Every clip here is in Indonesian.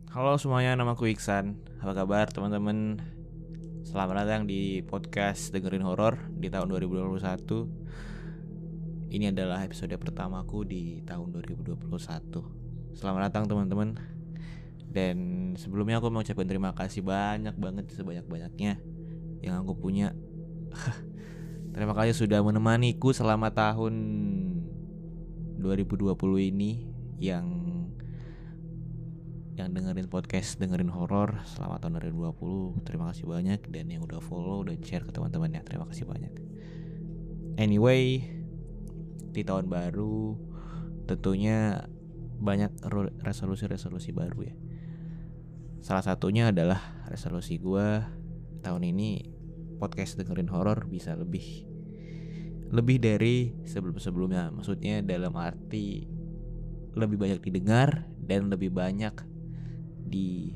Halo semuanya, namaku Iksan. Apa kabar teman-teman? Selamat datang di podcast Dengerin Horor di tahun 2021. Ini adalah episode pertamaku di tahun 2021. Selamat datang teman-teman. Dan sebelumnya aku mau ucapkan terima kasih banyak banget, sebanyak-banyaknya yang aku punya. Terima kasih sudah menemaniku selama tahun 2020 ini yang dengerin podcast dengerin horor selama tahun 2020. Terima kasih banyak, dan yang udah follow dan share ke teman-temannya, terima kasih banyak. Anyway, di tahun baru tentunya banyak resolusi-resolusi baru ya. Salah satunya adalah resolusi gue tahun ini podcast dengerin horor bisa lebih dari sebelum-sebelumnya. Maksudnya dalam arti lebih banyak didengar dan lebih banyak di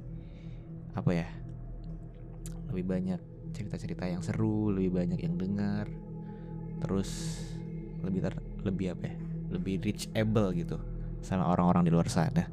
lebih banyak cerita-cerita yang seru, lebih banyak yang dengar, terus lebih reachable gitu sama orang-orang di luar sana.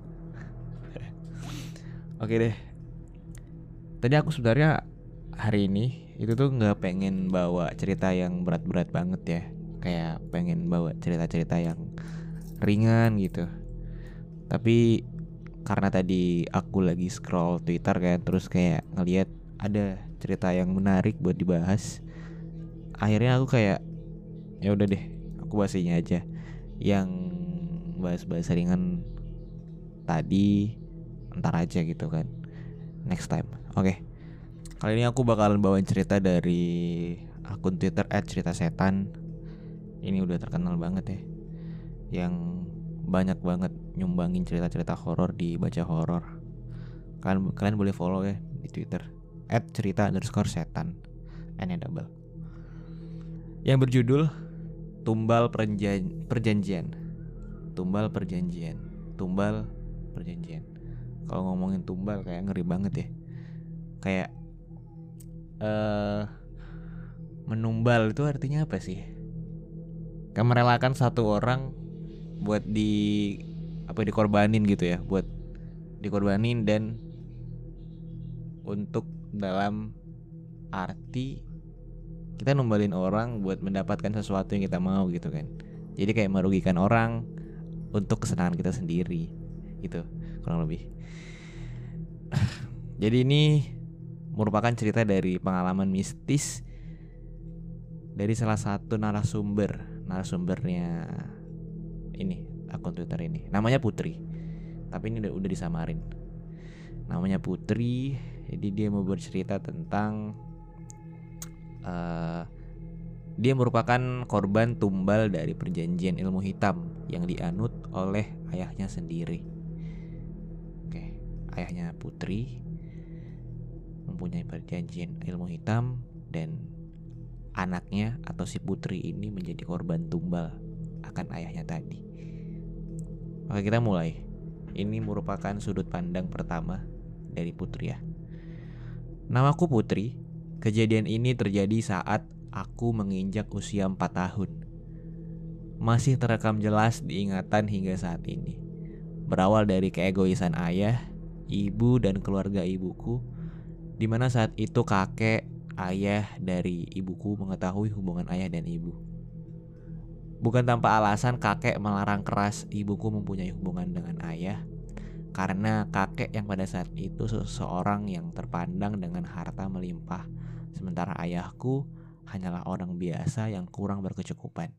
Oke deh, tadi aku sebenarnya hari ini itu tuh nggak pengen bawa cerita yang berat-berat banget ya, kayak pengen bawa cerita-cerita yang ringan gitu. Tapi karena tadi aku lagi scroll Twitter kan, terus kayak ngeliat ada cerita yang menarik buat dibahas. Akhirnya aku kayak ya udah deh, aku bahas ini aja. Yang bahas-bahas ringan tadi entar aja gitu kan. Next time. Oke. Kali ini aku bakalan bawain cerita dari akun Twitter @ceritasetan. Ini udah terkenal banget ya, yang banyak banget nyumbangin cerita-cerita horor di Baca Horor. Kalian boleh follow ya di Twitter @cerita_setan N double. Yang berjudul Tumbal Perjanjian. Tumbal Perjanjian. Tumbal Perjanjian. Kalau ngomongin tumbal kayak ngeri banget ya. Kayak menumbal itu artinya apa sih? Kayak merelakan satu orang buat dikorbanin gitu ya, buat dikorbanin, dan untuk dalam arti kita numbalin orang buat mendapatkan sesuatu yang kita mau gitu kan. Jadi kayak merugikan orang untuk kesenangan kita sendiri gitu, kurang lebih. Jadi ini merupakan cerita dari pengalaman mistis dari salah satu narasumbernya ini, akun Twitter ini. Namanya Putri, tapi ini udah disamarin. Namanya Putri. Jadi dia mau bercerita tentang dia merupakan korban tumbal dari perjanjian ilmu hitam yang dianut oleh ayahnya sendiri. Oke, ayahnya Putri mempunyai perjanjian ilmu hitam, dan anaknya atau si Putri ini menjadi korban tumbal akan ayahnya tadi. Oke, kita mulai. Ini merupakan sudut pandang pertama dari Putri ya. Namaku Putri. Kejadian ini terjadi saat aku menginjak usia 4 tahun. Masih terekam jelas diingatan hingga saat ini. Berawal dari keegoisan ayah, ibu, dan keluarga ibuku, di mana saat itu kakek ayah dari ibuku mengetahui hubungan ayah dan ibu. Bukan tanpa alasan kakek melarang keras ibuku mempunyai hubungan dengan ayah, karena kakek yang pada saat itu seseorang yang terpandang dengan harta melimpah, sementara ayahku hanyalah orang biasa yang kurang berkecukupan.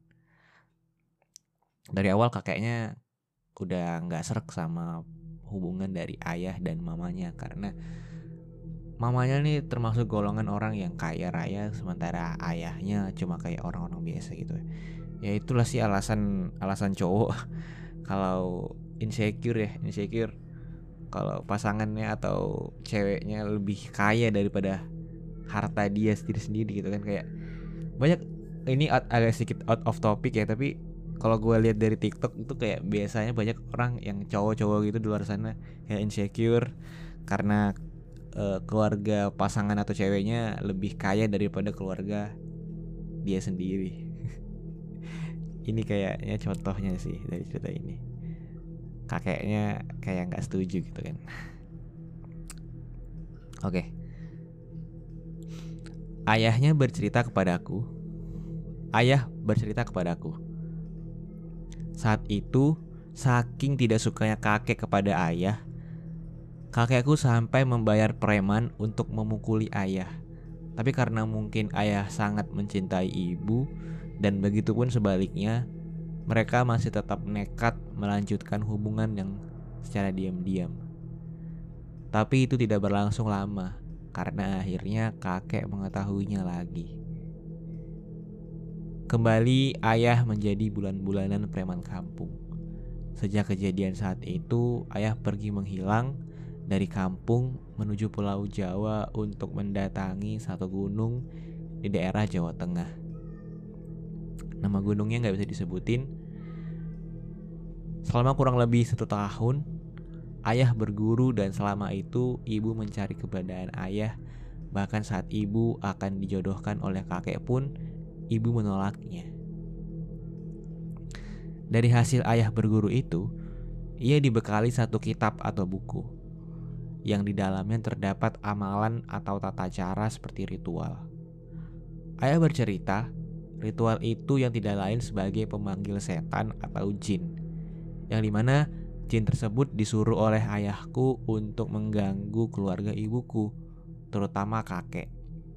Dari awal kakeknya udah gak srek sama hubungan dari ayah dan mamanya, karena mamanya nih termasuk golongan orang yang kaya raya, sementara ayahnya cuma kayak orang-orang biasa gitu. Ya itulah sih alasan cowok kalau insecure kalau pasangannya atau ceweknya lebih kaya daripada harta dia sendiri gitu kan. Kayak banyak, ini agak sedikit out of topic ya, tapi kalau gue lihat dari TikTok itu kayak biasanya banyak orang yang cowok-cowok gitu di luar sana kayak insecure karena keluarga pasangan atau ceweknya lebih kaya daripada keluarga dia sendiri. Ini kayaknya contohnya sih dari cerita ini. Kakeknya kayak nggak setuju gitu kan. Oke. Ayah bercerita kepadaku. Saat itu, saking tidak sukanya kakek kepada ayah, kakekku sampai membayar preman untuk memukuli ayah. Tapi karena mungkin ayah sangat mencintai ibu, dan begitu pun sebaliknya, mereka masih tetap nekat melanjutkan hubungan yang secara diam-diam. Tapi itu tidak berlangsung lama, karena akhirnya kakek mengetahuinya lagi. Kembali ayah menjadi bulan-bulanan preman kampung. Sejak kejadian saat itu, ayah pergi menghilang dari kampung menuju Pulau Jawa untuk mendatangi satu gunung di daerah Jawa Tengah. Nama gunungnya gak bisa disebutin. Selama kurang lebih 1 tahun, ayah berguru dan selama itu ibu mencari keberadaan ayah. Bahkan saat ibu akan dijodohkan oleh kakek pun, ibu menolaknya. Dari hasil ayah berguru itu, ia dibekali satu kitab atau buku yang di dalamnya terdapat amalan atau tata cara seperti ritual. Ayah bercerita, ritual itu yang tidak lain sebagai pemanggil setan atau jin, yang dimana jin tersebut disuruh oleh ayahku untuk mengganggu keluarga ibuku, terutama kakek.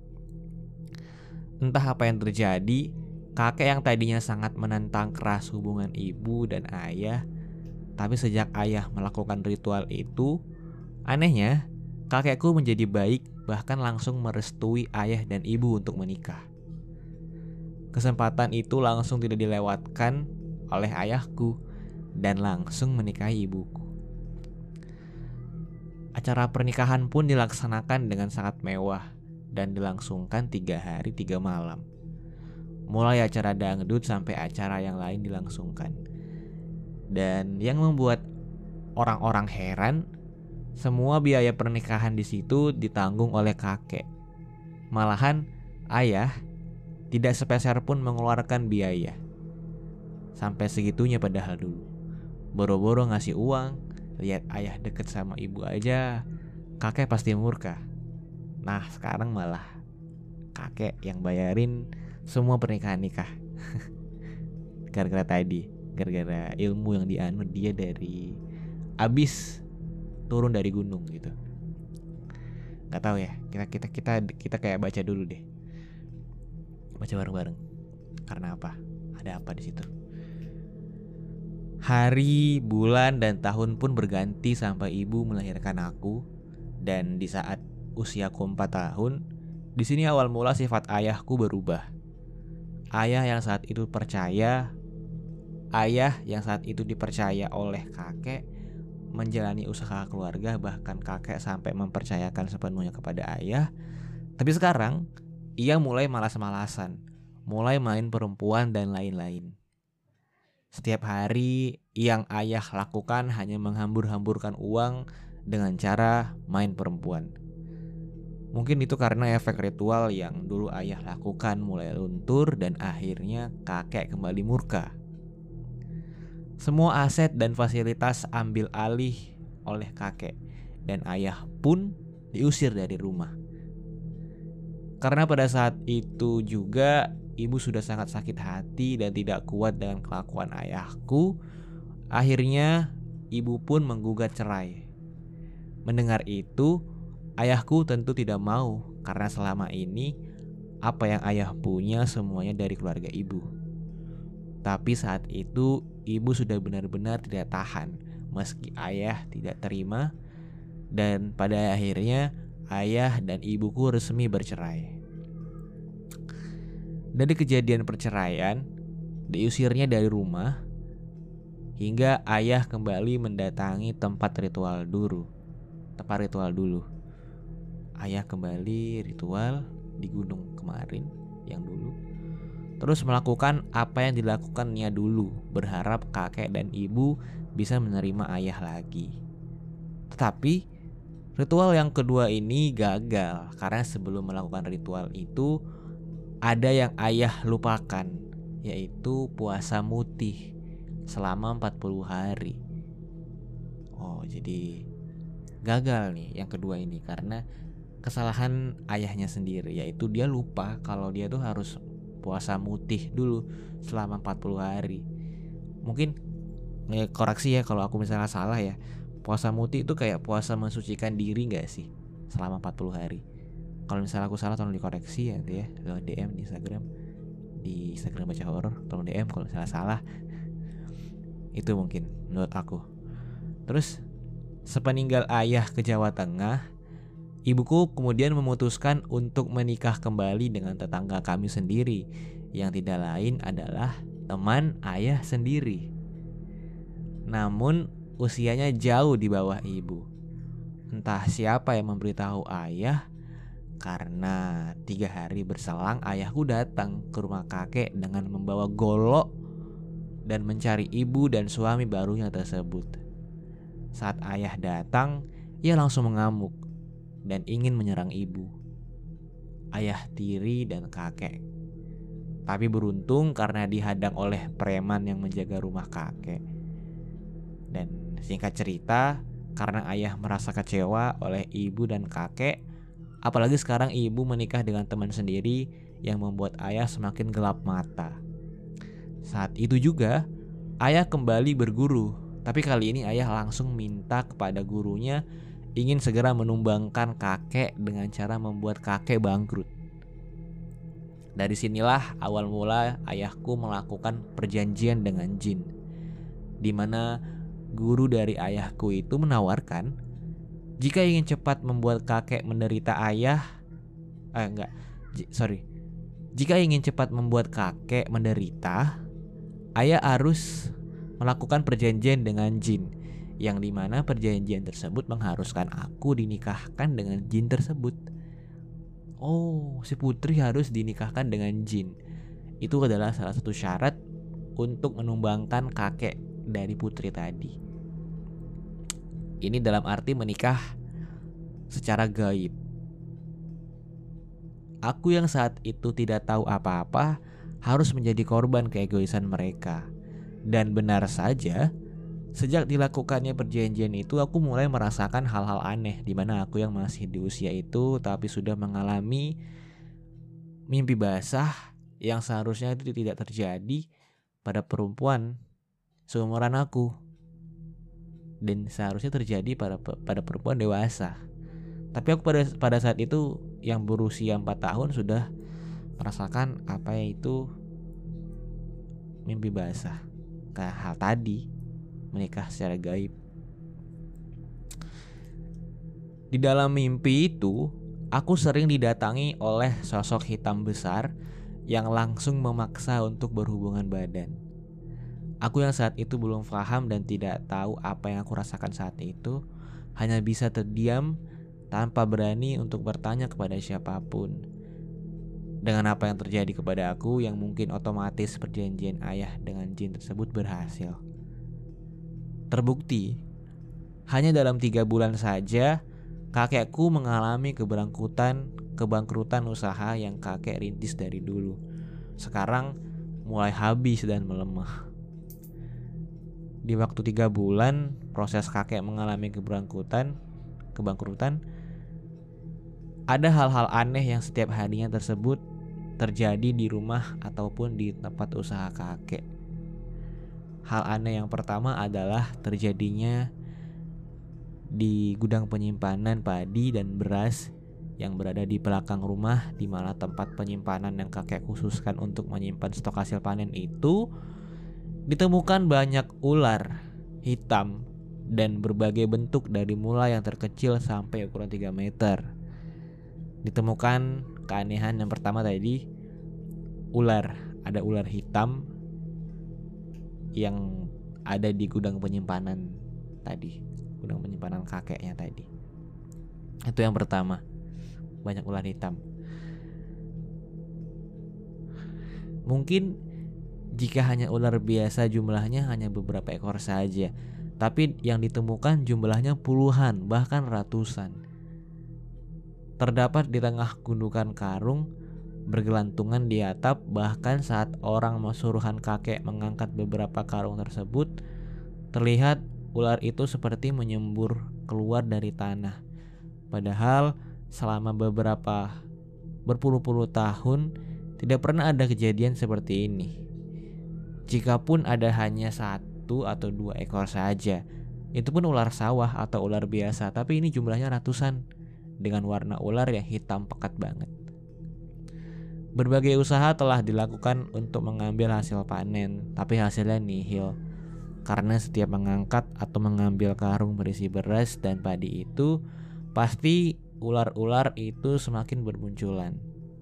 Entah apa yang terjadi, kakek yang tadinya sangat menentang keras hubungan ibu dan ayah, tapi sejak ayah melakukan ritual itu, anehnya kakekku menjadi baik, bahkan langsung merestui ayah dan ibu untuk menikah. Kesempatan itu langsung tidak dilewatkan oleh ayahku dan langsung menikahi ibuku. Acara pernikahan pun dilaksanakan dengan sangat mewah dan dilangsungkan 3 hari 3 malam. Mulai acara dangdut sampai acara yang lain dilangsungkan. Dan yang membuat orang-orang heran, semua biaya pernikahan di situ ditanggung oleh kakek. Malahan ayah tidak sepeser pun mengeluarkan biaya. Sampai segitunya padahal dulu. Boro-boro ngasih uang, lihat ayah deket sama ibu aja, kakek pasti murka. Nah sekarang malah kakek yang bayarin semua pernikahan nikah. Gara-gara ilmu yang dianut dia dari abis turun dari gunung gitu. Gak tahu ya, kita kayak baca dulu deh. Baca bareng-bareng. Karena apa? Ada apa di situ? Hari, bulan, dan tahun pun berganti sampai ibu melahirkan aku. Dan di saat usiaku 4 tahun, di sini awal mula sifat ayahku berubah. Ayah yang saat itu dipercaya oleh kakek menjalani usaha keluarga, bahkan kakek sampai mempercayakan sepenuhnya kepada ayah. Tapi sekarang ia mulai malas-malasan, mulai main perempuan dan lain-lain. Setiap hari yang ayah lakukan hanya menghambur-hamburkan uang dengan cara main perempuan. Mungkin itu karena efek ritual yang dulu ayah lakukan mulai luntur dan akhirnya kakek kembali murka. Semua aset dan fasilitas ambil alih oleh kakek dan ayah pun diusir dari rumah. Karena pada saat itu juga ibu sudah sangat sakit hati dan tidak kuat dengan kelakuan ayahku. Akhirnya ibu pun menggugat cerai. Mendengar itu, ayahku tentu tidak mau karena selama ini apa yang ayah punya semuanya dari keluarga ibu. Tapi saat itu ibu sudah benar-benar tidak tahan meski ayah tidak terima, dan pada akhirnya ayah dan ibuku resmi bercerai. Dari kejadian perceraian, diusirnya dari rumah, hingga ayah kembali mendatangi tempat ritual dulu. Ayah kembali ritual di gunung kemarin yang dulu. Terus melakukan apa yang dilakukannya dulu, berharap kakek dan ibu bisa menerima ayah lagi. Tetapi ritual yang kedua ini gagal karena sebelum melakukan ritual itu ada yang ayah lupakan, yaitu puasa mutih selama 40 hari. Oh, jadi gagal nih yang kedua ini karena kesalahan ayahnya sendiri, yaitu dia lupa kalau dia tuh harus puasa mutih dulu selama 40 hari. Mungkin koreksi ya kalau aku misalnya salah ya. Puasa mutih itu kayak puasa mensucikan diri gak sih selama 40 hari? Kalau misalnya aku salah tolong dikoreksi ya nanti ya, lewat DM di Instagram Baca Horor, tolong DM kalau misalnya salah. Itu mungkin menurut aku. Terus sepeninggal ayah ke Jawa Tengah, ibuku kemudian memutuskan untuk menikah kembali dengan tetangga kami sendiri, yang tidak lain adalah teman ayah sendiri. Namun usianya jauh di bawah ibu. Entah siapa yang memberitahu ayah, karena 3 hari berselang ayahku datang ke rumah kakek dengan membawa golok dan mencari ibu dan suami barunya tersebut. Saat ayah datang, ia langsung mengamuk dan ingin menyerang ibu, ayah tiri dan kakek. Tapi beruntung karena dihadang oleh preman yang menjaga rumah kakek. Dan singkat cerita, karena ayah merasa kecewa oleh ibu dan kakek, apalagi sekarang ibu menikah dengan teman sendiri, yang membuat ayah semakin gelap mata. Saat itu juga ayah kembali berguru, tapi kali ini ayah langsung minta kepada gurunya ingin segera menumbangkan kakek dengan cara membuat kakek bangkrut. Dari sinilah awal mula ayahku melakukan perjanjian dengan jin, di mana guru dari ayahku itu menawarkan jika ingin cepat membuat kakek menderita jika ingin cepat membuat kakek menderita, ayah harus melakukan perjanjian dengan jin, yang dimana perjanjian tersebut mengharuskan aku dinikahkan dengan jin tersebut. Oh, si putri harus dinikahkan dengan jin. Itu adalah salah satu syarat untuk menumbangkan kakek dari putri tadi. Ini dalam arti menikah secara gaib. Aku yang saat itu tidak tahu apa-apa harus menjadi korban keegoisan mereka. Dan benar saja, sejak dilakukannya perjanjian itu aku mulai merasakan hal-hal aneh, di mana aku yang masih di usia itu tapi sudah mengalami mimpi basah yang seharusnya itu tidak terjadi pada perempuan seumuran aku, dan seharusnya terjadi pada perempuan dewasa. Tapi aku pada saat itu yang berusia 4 tahun sudah merasakan apa itu mimpi basah, kayak hal tadi, menikah secara gaib. Di dalam mimpi itu, aku sering didatangi oleh sosok hitam besar yang langsung memaksa untuk berhubungan badan. Aku yang saat itu belum paham dan tidak tahu apa yang aku rasakan saat itu, hanya bisa terdiam tanpa berani untuk bertanya kepada siapapun. Dengan apa yang terjadi kepada aku, yang mungkin otomatis perjanjian ayah dengan jin tersebut berhasil. Terbukti, hanya dalam 3 bulan saja kakekku mengalami kebangkrutan usaha yang kakek rintis dari dulu. Sekarang mulai habis dan melemah. Di waktu 3 bulan proses kakek mengalami kebangkrutan, ada hal-hal aneh yang setiap harinya tersebut terjadi di rumah ataupun di tempat usaha kakek. Hal aneh yang pertama adalah terjadinya di gudang penyimpanan padi dan beras yang berada di belakang rumah, di mana tempat penyimpanan yang kakek khususkan untuk menyimpan stok hasil panen itu ditemukan banyak ular hitam dan berbagai bentuk, dari mulai yang terkecil sampai ukuran 3 meter. Ditemukan keanehan yang pertama tadi, ada ular hitam yang ada di gudang penyimpanan tadi, gudang penyimpanan kakeknya tadi. Itu yang pertama, banyak ular hitam. Mungkin jika hanya ular biasa jumlahnya hanya beberapa ekor saja, tapi yang ditemukan jumlahnya puluhan bahkan ratusan. Terdapat di tengah gundukan karung, bergelantungan di atap. Bahkan saat orang suruhan kakek mengangkat beberapa karung tersebut, terlihat ular itu seperti menyembur keluar dari tanah. Padahal selama berpuluh-puluh tahun tidak pernah ada kejadian seperti ini. Jikapun ada hanya 1 atau 2 ekor saja, itu pun ular sawah atau ular biasa, tapi ini jumlahnya ratusan dengan warna ular yang hitam pekat banget. Berbagai usaha telah dilakukan untuk mengambil hasil panen, tapi hasilnya nihil. Karena setiap mengangkat atau mengambil karung berisi beras dan padi itu, pasti ular-ular itu semakin bermunculan.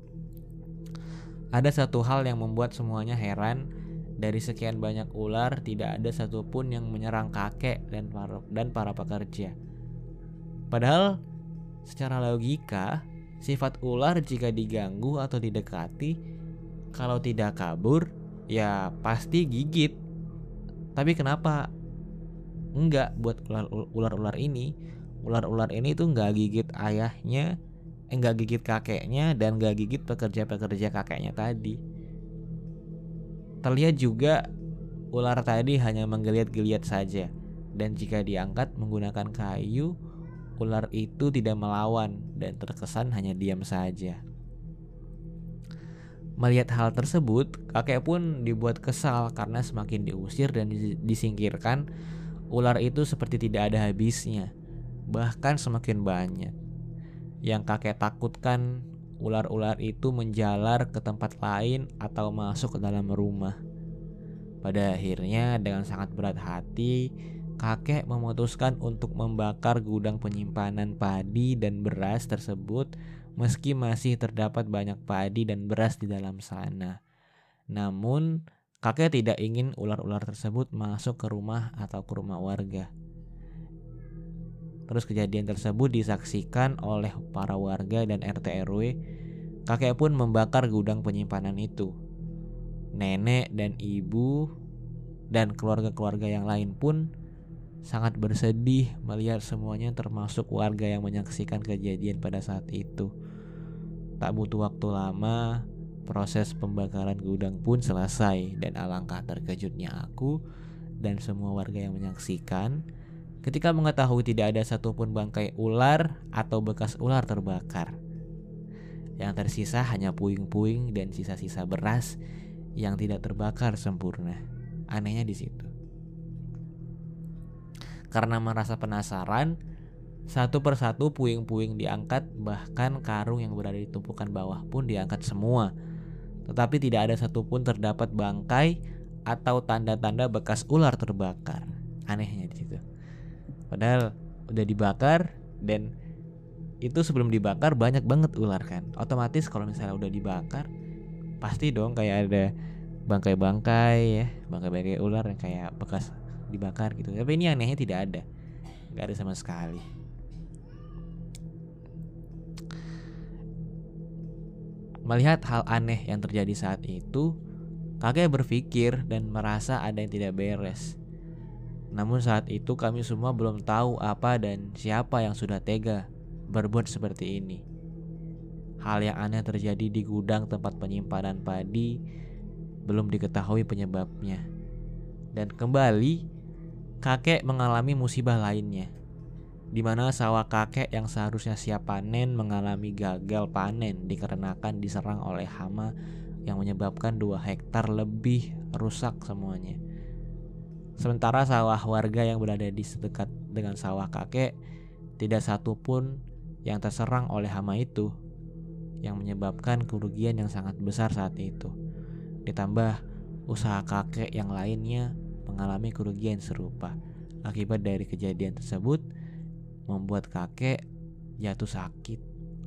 Ada satu hal yang membuat semuanya heran. Dari sekian banyak ular, tidak ada satupun yang menyerang kakek dan para pekerja. Padahal secara logika, sifat ular jika diganggu atau didekati, kalau tidak kabur, ya pasti gigit. Tapi kenapa enggak buat ular-ular ini? Ular-ular ini tuh enggak gigit ayahnya, enggak gigit kakeknya, dan enggak gigit pekerja-pekerja kakeknya tadi. Terlihat juga ular tadi hanya menggeliat-geliat saja. Dan jika diangkat menggunakan kayu, ular itu tidak melawan dan terkesan hanya diam saja. Melihat hal tersebut, kakek pun dibuat kesal karena semakin diusir dan disingkirkan, ular itu seperti tidak ada habisnya, bahkan semakin banyak. Yang kakek takutkan, ular-ular itu menjalar ke tempat lain atau masuk ke dalam rumah. Pada akhirnya, dengan sangat berat hati, kakek memutuskan untuk membakar gudang penyimpanan padi dan beras tersebut, meski masih terdapat banyak padi dan beras di dalam sana. Namun, kakek tidak ingin ular-ular tersebut masuk ke rumah atau ke rumah warga. Terus kejadian tersebut disaksikan oleh para warga dan RT RW. Kakek pun membakar gudang penyimpanan itu. Nenek dan ibu dan keluarga-keluarga yang lain pun sangat bersedih melihat semuanya, termasuk warga yang menyaksikan kejadian pada saat itu. Tak butuh waktu lama, proses pembakaran gudang pun selesai, dan alangkah terkejutnya aku dan semua warga yang menyaksikan ketika mengetahui tidak ada satupun bangkai ular atau bekas ular terbakar. Yang tersisa hanya puing-puing dan sisa-sisa beras yang tidak terbakar sempurna. Anehnya di situ. Karena merasa penasaran, satu persatu puing-puing diangkat, bahkan karung yang berada di tumpukan bawah pun diangkat semua. Tetapi tidak ada satupun terdapat bangkai atau tanda-tanda bekas ular terbakar. Anehnya di situ. Padahal udah dibakar, dan itu sebelum dibakar banyak banget ular kan. Otomatis kalau misalnya udah dibakar, pasti dong kayak ada bangkai-bangkai ya, bangkai-bangkai ular yang kayak bekas dibakar gitu. Tapi ini anehnya tidak ada, nggak ada sama sekali. Melihat hal aneh yang terjadi saat itu, kakek berpikir dan merasa ada yang tidak beres. Namun saat itu kami semua belum tahu apa dan siapa yang sudah tega berbuat seperti ini. Hal yang aneh terjadi di gudang tempat penyimpanan padi, belum diketahui penyebabnya. Dan kembali, kakek mengalami musibah lainnya, di mana sawah kakek yang seharusnya siap panen mengalami gagal panen dikarenakan diserang oleh hama yang menyebabkan 2 hektar lebih rusak semuanya. Sementara sawah warga yang berada di sedekat dengan sawah kakek, tidak satu pun yang terserang oleh hama itu, yang menyebabkan kerugian yang sangat besar saat itu. Ditambah usaha kakek yang lainnya mengalami kerugian serupa. Akibat dari kejadian tersebut membuat kakek jatuh sakit.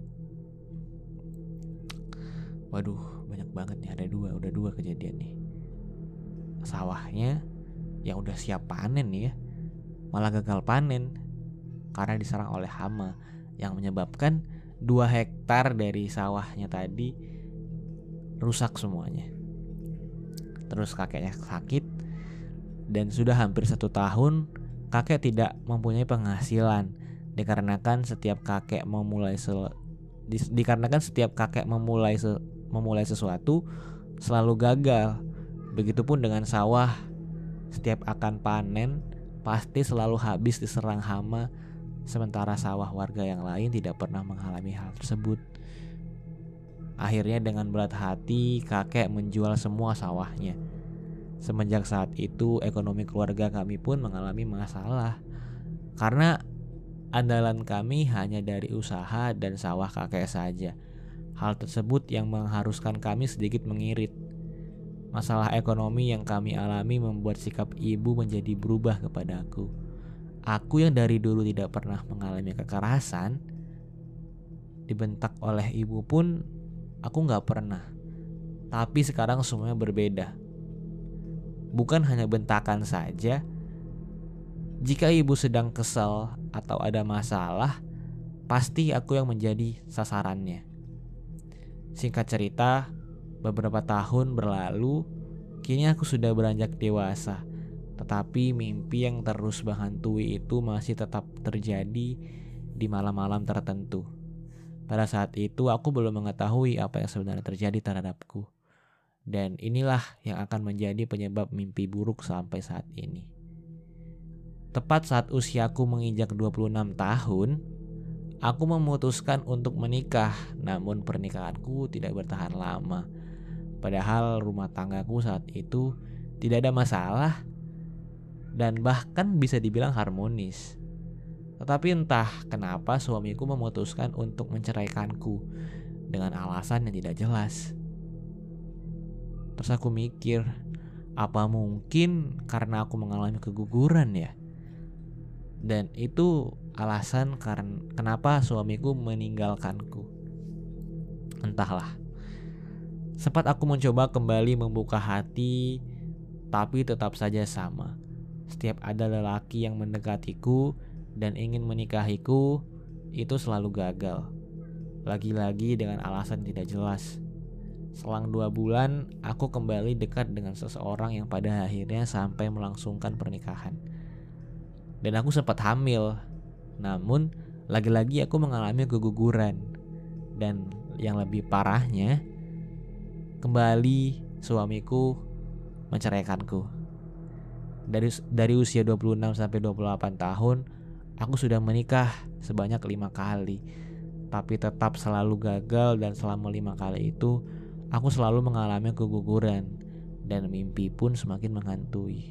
Waduh, banyak banget nih, udah dua kejadian nih. Sawahnya yang udah siap panen nih ya, malah gagal panen karena diserang oleh hama yang menyebabkan 2 hektar dari sawahnya tadi rusak semuanya. Terus kakeknya sakit, dan sudah hampir 1 tahun kakek tidak mempunyai penghasilan dikarenakan setiap kakek memulai sesuatu selalu gagal. Begitupun dengan sawah, setiap akan panen pasti selalu habis diserang hama sementara sawah warga yang lain tidak pernah mengalami hal tersebut. Akhirnya dengan berat hati kakek menjual semua sawahnya. Semenjak saat itu ekonomi keluarga kami pun mengalami masalah karena andalan kami hanya dari usaha dan sawah kakek saja. Hal tersebut yang mengharuskan kami sedikit mengirit. Masalah ekonomi yang kami alami membuat sikap ibu menjadi berubah kepadaku. Aku yang dari dulu tidak pernah mengalami kekerasan, dibentak oleh ibu pun aku gak pernah. Tapi sekarang semuanya berbeda. Bukan hanya bentakan saja. Jika ibu sedang kesal atau ada masalah, pasti aku yang menjadi sasarannya. Singkat cerita, beberapa tahun berlalu, kini aku sudah beranjak dewasa. Tetapi mimpi yang terus menghantui itu masih tetap terjadi di malam-malam tertentu. Pada saat itu aku belum mengetahui apa yang sebenarnya terjadi terhadapku. Dan inilah yang akan menjadi penyebab mimpi buruk sampai saat ini. Tepat saat usiaku menginjak 26 tahun, aku memutuskan untuk menikah. Namun pernikahanku tidak bertahan lama. Padahal rumah tanggaku saat itu tidak ada masalah dan bahkan bisa dibilang harmonis. Tetapi entah kenapa suamiku memutuskan untuk menceraikanku dengan alasan yang tidak jelas. Terus aku mikir, apa mungkin karena aku mengalami keguguran ya? Dan itu alasan karena kenapa suamiku meninggalkanku. Entahlah. Sempat aku mencoba kembali membuka hati, tapi tetap saja sama. Setiap ada lelaki yang mendekatiku dan ingin menikahiku, itu selalu gagal. Lagi-lagi dengan alasan tidak jelas. Selang 2 bulan, aku kembali dekat dengan seseorang yang pada akhirnya sampai melangsungkan pernikahan. Dan aku sempat hamil. Namun, lagi-lagi aku mengalami keguguran. Dan yang lebih parahnya, kembali suamiku menceraikanku. Dari usia 26 sampai 28 tahun, aku sudah menikah sebanyak 5 kali. Tapi tetap selalu gagal dan selama 5 kali itu, aku selalu mengalami keguguran dan mimpi pun semakin menghantui.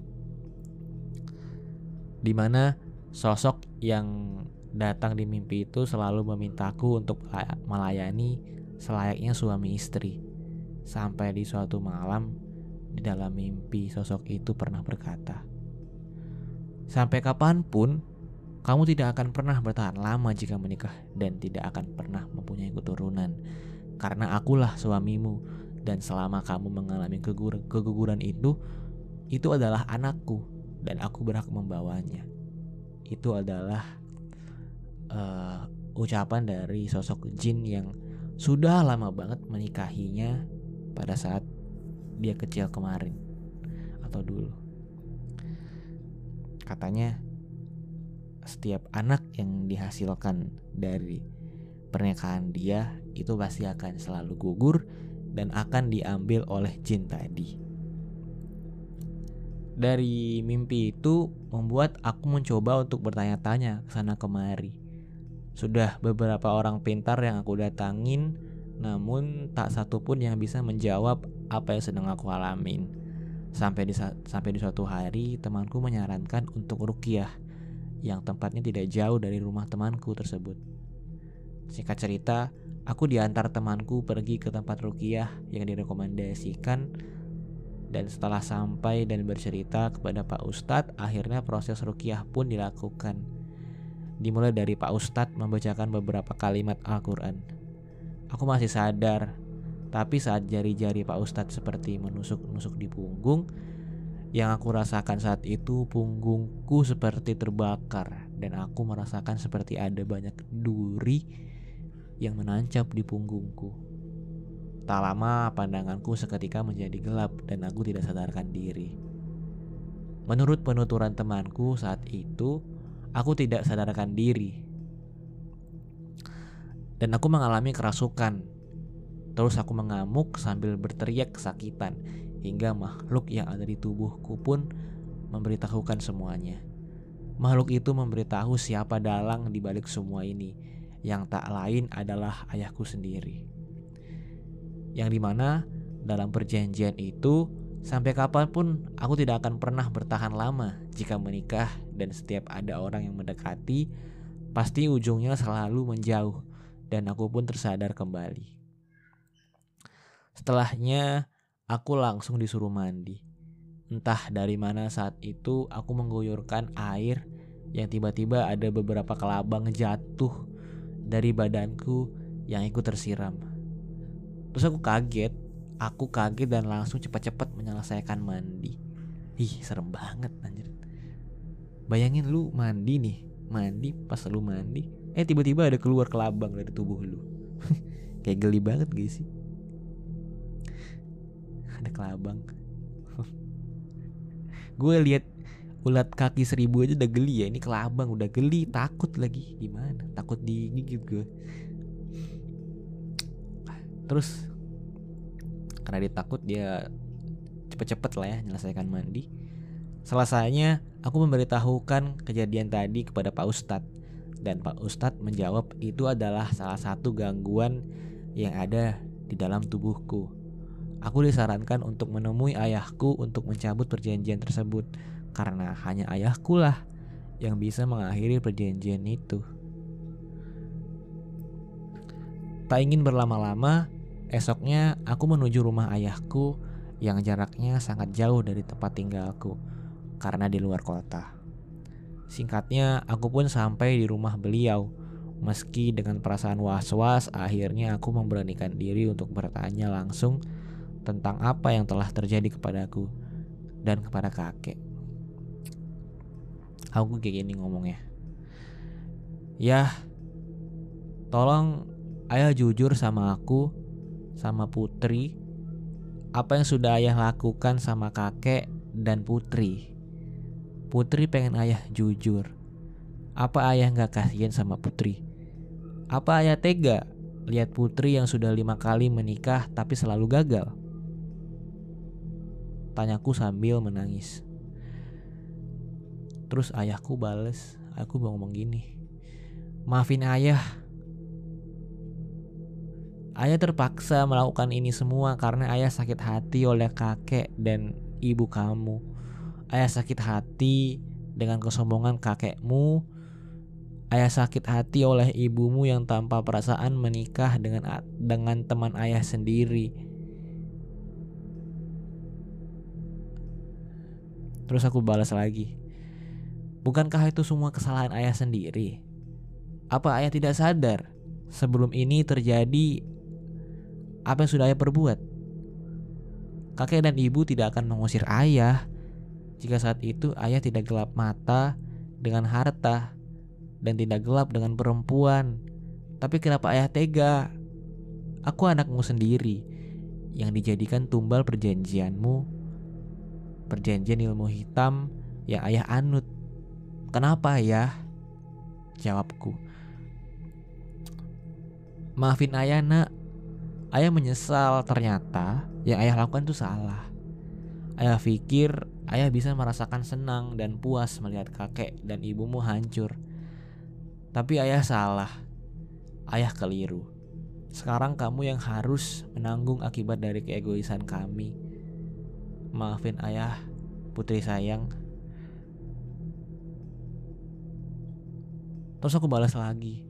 Dimana sosok yang datang di mimpi itu selalu memintaku untuk melayani selayaknya suami istri. Sampai di suatu malam, di dalam mimpi sosok itu pernah berkata, "Sampai kapanpun, kamu tidak akan pernah bertahan lama jika menikah dan tidak akan pernah mempunyai keturunan. Karena akulah suamimu dan selama kamu mengalami keguguran itu adalah anakku dan aku berhak membawanya." Itu adalah ucapan dari sosok jin yang sudah lama banget menikahinya pada saat dia kecil kemarin atau dulu. Katanya setiap anak yang dihasilkan dari pernikahan dia itu pasti akan selalu gugur dan akan diambil oleh jin tadi. Dari mimpi itu membuat aku mencoba untuk bertanya-tanya kesana kemari. Sudah beberapa orang pintar yang aku datangin, namun tak satu pun yang bisa menjawab apa yang sedang aku alamin. Sampai di suatu hari temanku menyarankan untuk ruqyah yang tempatnya tidak jauh dari rumah temanku tersebut. Singkat cerita, aku diantar temanku pergi ke tempat ruqyah yang direkomendasikan. Dan setelah sampai dan bercerita kepada Pak Ustadz, akhirnya proses ruqyah pun dilakukan. Dimulai dari Pak Ustadz membacakan beberapa kalimat Al-Quran. Aku masih sadar, tapi saat jari-jari Pak Ustadz seperti menusuk-nusuk di punggung, yang aku rasakan saat itu punggungku seperti terbakar. Dan aku merasakan seperti ada banyak duri yang menancap di punggungku. Tak lama pandanganku seketika menjadi gelap dan aku tidak sadarkan diri. Menurut penuturan temanku saat itu, aku tidak sadarkan diri. Dan aku mengalami kerasukan. Terus aku mengamuk sambil berteriak kesakitan hingga makhluk yang ada di tubuhku pun memberitahukan semuanya. Makhluk itu memberitahu siapa dalang di balik semua ini, yang tak lain adalah ayahku sendiri. Yang dimana dalam perjanjian itu, sampai kapanpun aku tidak akan pernah bertahan lama jika menikah, dan setiap ada orang yang mendekati, pasti ujungnya selalu menjauh, dan aku pun tersadar kembali. Setelahnya, aku langsung disuruh mandi. Entah dari mana saat itu aku mengguyurkan air yang tiba-tiba ada beberapa kelabang jatuh dari badanku yang ikut tersiram. Terus aku kaget dan langsung cepat-cepat menyelesaikan mandi. Ih, serem banget anjir. Bayangin lu mandi pas lu mandi, tiba-tiba ada keluar kelabang dari tubuh lu. Kayak geli banget gak sih? Ada kelabang. Gue lihat ulat kaki 1000 aja udah geli ya, ini kelabang udah geli, takut lagi. Gimana? Takut digigit gue. Terus karena dia takut, dia cepet-cepet lah ya menyelesaikan mandi. Selesainya aku memberitahukan kejadian tadi kepada Pak Ustadz, dan Pak Ustadz menjawab itu adalah salah satu gangguan yang ada di dalam tubuhku. Aku disarankan untuk menemui ayahku untuk mencabut perjanjian tersebut, karena hanya ayahku lah yang bisa mengakhiri perjanjian itu. Tak ingin berlama-lama, esoknya aku menuju rumah ayahku yang jaraknya sangat jauh dari tempat tinggalku karena di luar kota. Singkatnya, aku pun sampai di rumah beliau. Meski dengan perasaan was-was, akhirnya aku memberanikan diri untuk bertanya langsung tentang apa yang telah terjadi kepadaku dan kepada kakek. Aku kayak gini ngomongnya. "Yah, tolong ayah jujur sama aku, sama Putri, apa yang sudah ayah lakukan sama kakek dan Putri. Putri pengen ayah jujur. Apa ayah gak kasihan sama Putri? Apa ayah tega lihat Putri yang sudah 5 kali menikah tapi selalu gagal?" Tanyaku sambil menangis. Terus ayahku bales, aku ngomong gini, "Maafin ayah. Ayah terpaksa melakukan ini semua karena ayah sakit hati oleh kakek dan ibu kamu. Ayah sakit hati dengan kesombongan kakekmu. Ayah sakit hati oleh ibumu yang tanpa perasaan menikah dengan teman ayah sendiri." Terus aku balas lagi, "Bukankah itu semua kesalahan ayah sendiri? Apa ayah tidak sadar sebelum ini terjadi apa yang sudah ayah perbuat? Kakek dan ibu tidak akan mengusir ayah jika saat itu ayah tidak gelap mata dengan harta dan tidak gelap dengan perempuan. Tapi kenapa ayah tega? Aku anakmu sendiri yang dijadikan tumbal perjanjianmu, perjanjian ilmu hitam yang ayah anut. Kenapa ayah?" Jawabku, "Maafin ayah nak. Ayah menyesal, ternyata yang ayah lakukan itu salah. Ayah pikir ayah bisa merasakan senang dan puas melihat kakek dan ibumu hancur. Tapi ayah salah. Ayah keliru. Sekarang kamu yang harus menanggung akibat dari keegoisan kami. Maafin ayah, Putri sayang." Terus aku balas lagi,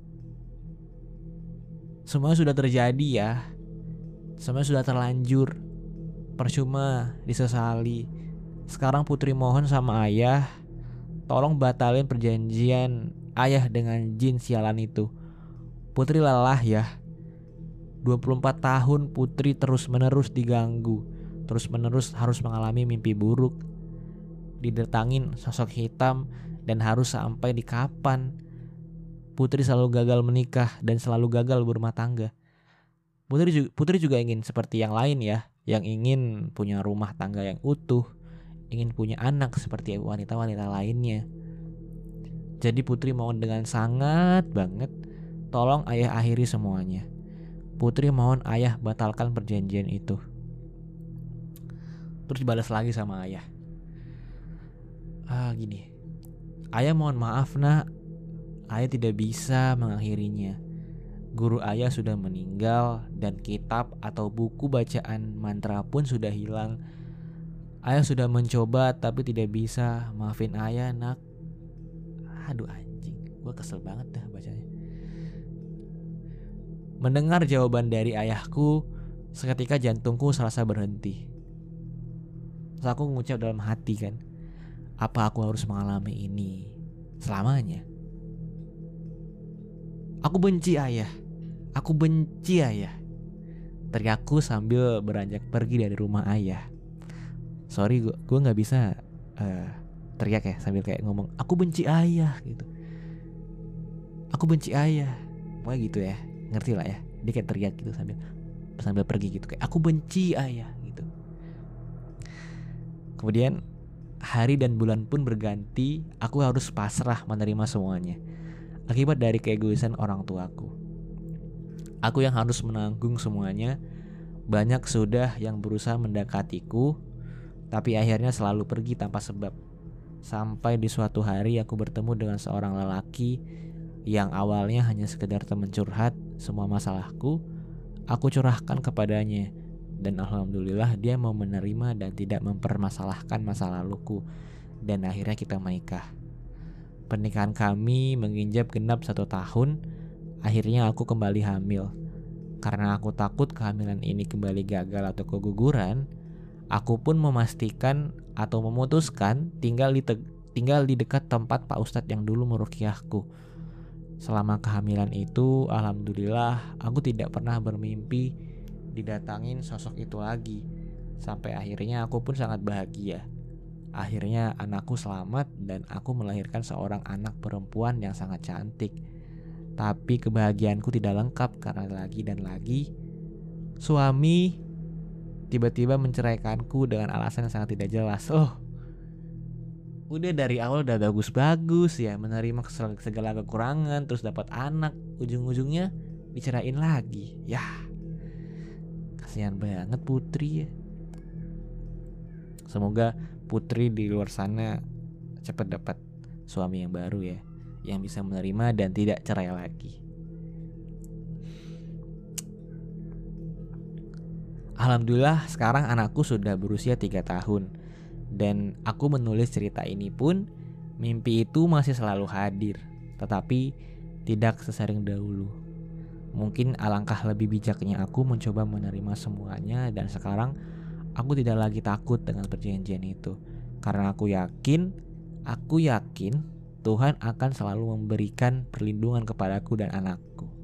"Semua sudah terjadi ya. Semua sudah terlanjur. Percuma disesali. Sekarang Putri mohon sama ayah, tolong batalin perjanjian ayah dengan jin sialan itu. Putri lelah ya. 24 tahun Putri terus-menerus diganggu, terus-menerus harus mengalami mimpi buruk, didatangin sosok hitam, dan harus sampai di kapan Putri selalu gagal menikah dan selalu gagal berumah tangga. Putri juga ingin seperti yang lain ya, yang ingin punya rumah tangga yang utuh, ingin punya anak seperti wanita-wanita lainnya. Jadi Putri mohon dengan sangat banget, tolong ayah akhiri semuanya. Putri mohon ayah batalkan perjanjian itu." Terus dibalas lagi sama ayah, gini, Ayah mohon maaf nak, ayah tidak bisa mengakhirinya. Guru ayah sudah meninggal dan kitab atau buku bacaan mantra pun sudah hilang. Ayah sudah mencoba tapi tidak bisa. Maafin ayah nak. Aduh anjing, gue kesel banget dah bacanya. Mendengar jawaban dari ayahku, seketika jantungku serasa berhenti. Terus aku mengucap dalam hati kan, apa aku harus mengalami ini selamanya? Aku benci ayah. Aku benci ayah. Teriakku sambil beranjak pergi dari rumah ayah. Sorry, gue nggak bisa teriak ya sambil kayak ngomong aku benci ayah gitu. Aku benci ayah. Pokoknya gitu ya. Ngerti lah ya. Dia kayak teriak gitu sambil pergi gitu kayak aku benci ayah gitu. Kemudian hari dan bulan pun berganti. Aku harus pasrah menerima semuanya akibat dari keegoisan orang tuaku. Aku yang harus menanggung semuanya. Banyak sudah yang berusaha mendekatiku, tapi akhirnya selalu pergi tanpa sebab. Sampai di suatu hari aku bertemu dengan seorang lelaki yang awalnya hanya sekedar teman curhat semua masalahku. Aku curahkan kepadanya dan alhamdulillah dia mau menerima dan tidak mempermasalahkan masa laluku. Dan akhirnya kita menikah. Pernikahan kami menginjak genap 1 tahun. Akhirnya aku kembali hamil. Karena aku takut kehamilan ini kembali gagal atau keguguran, aku pun memastikan atau memutuskan tinggal di dekat tempat Pak Ustadz yang dulu meruqyahku. Selama kehamilan itu, alhamdulillah aku tidak pernah bermimpi didatangin sosok itu lagi. Sampai akhirnya aku pun sangat bahagia. Akhirnya anakku selamat dan aku melahirkan seorang anak perempuan yang sangat cantik. Tapi kebahagiaanku tidak lengkap karena lagi dan lagi suami tiba-tiba menceraikanku dengan alasan yang sangat tidak jelas. Udah dari awal udah bagus-bagus ya, menerima segala kekurangan, terus dapat anak, ujung-ujungnya dicerain lagi. Yah, kasihan banget Putri ya. Semoga Putri di luar sana cepat dapat suami yang baru ya, yang bisa menerima dan tidak cerai lagi. Alhamdulillah sekarang anakku sudah berusia 3 tahun. Dan aku menulis cerita ini pun mimpi itu masih selalu hadir, tetapi tidak sesering dahulu. Mungkin alangkah lebih bijaknya aku mencoba menerima semuanya. Dan sekarang aku tidak lagi takut dengan perjanjian itu. Karena aku yakin Tuhan akan selalu memberikan perlindungan kepadaku dan anakku.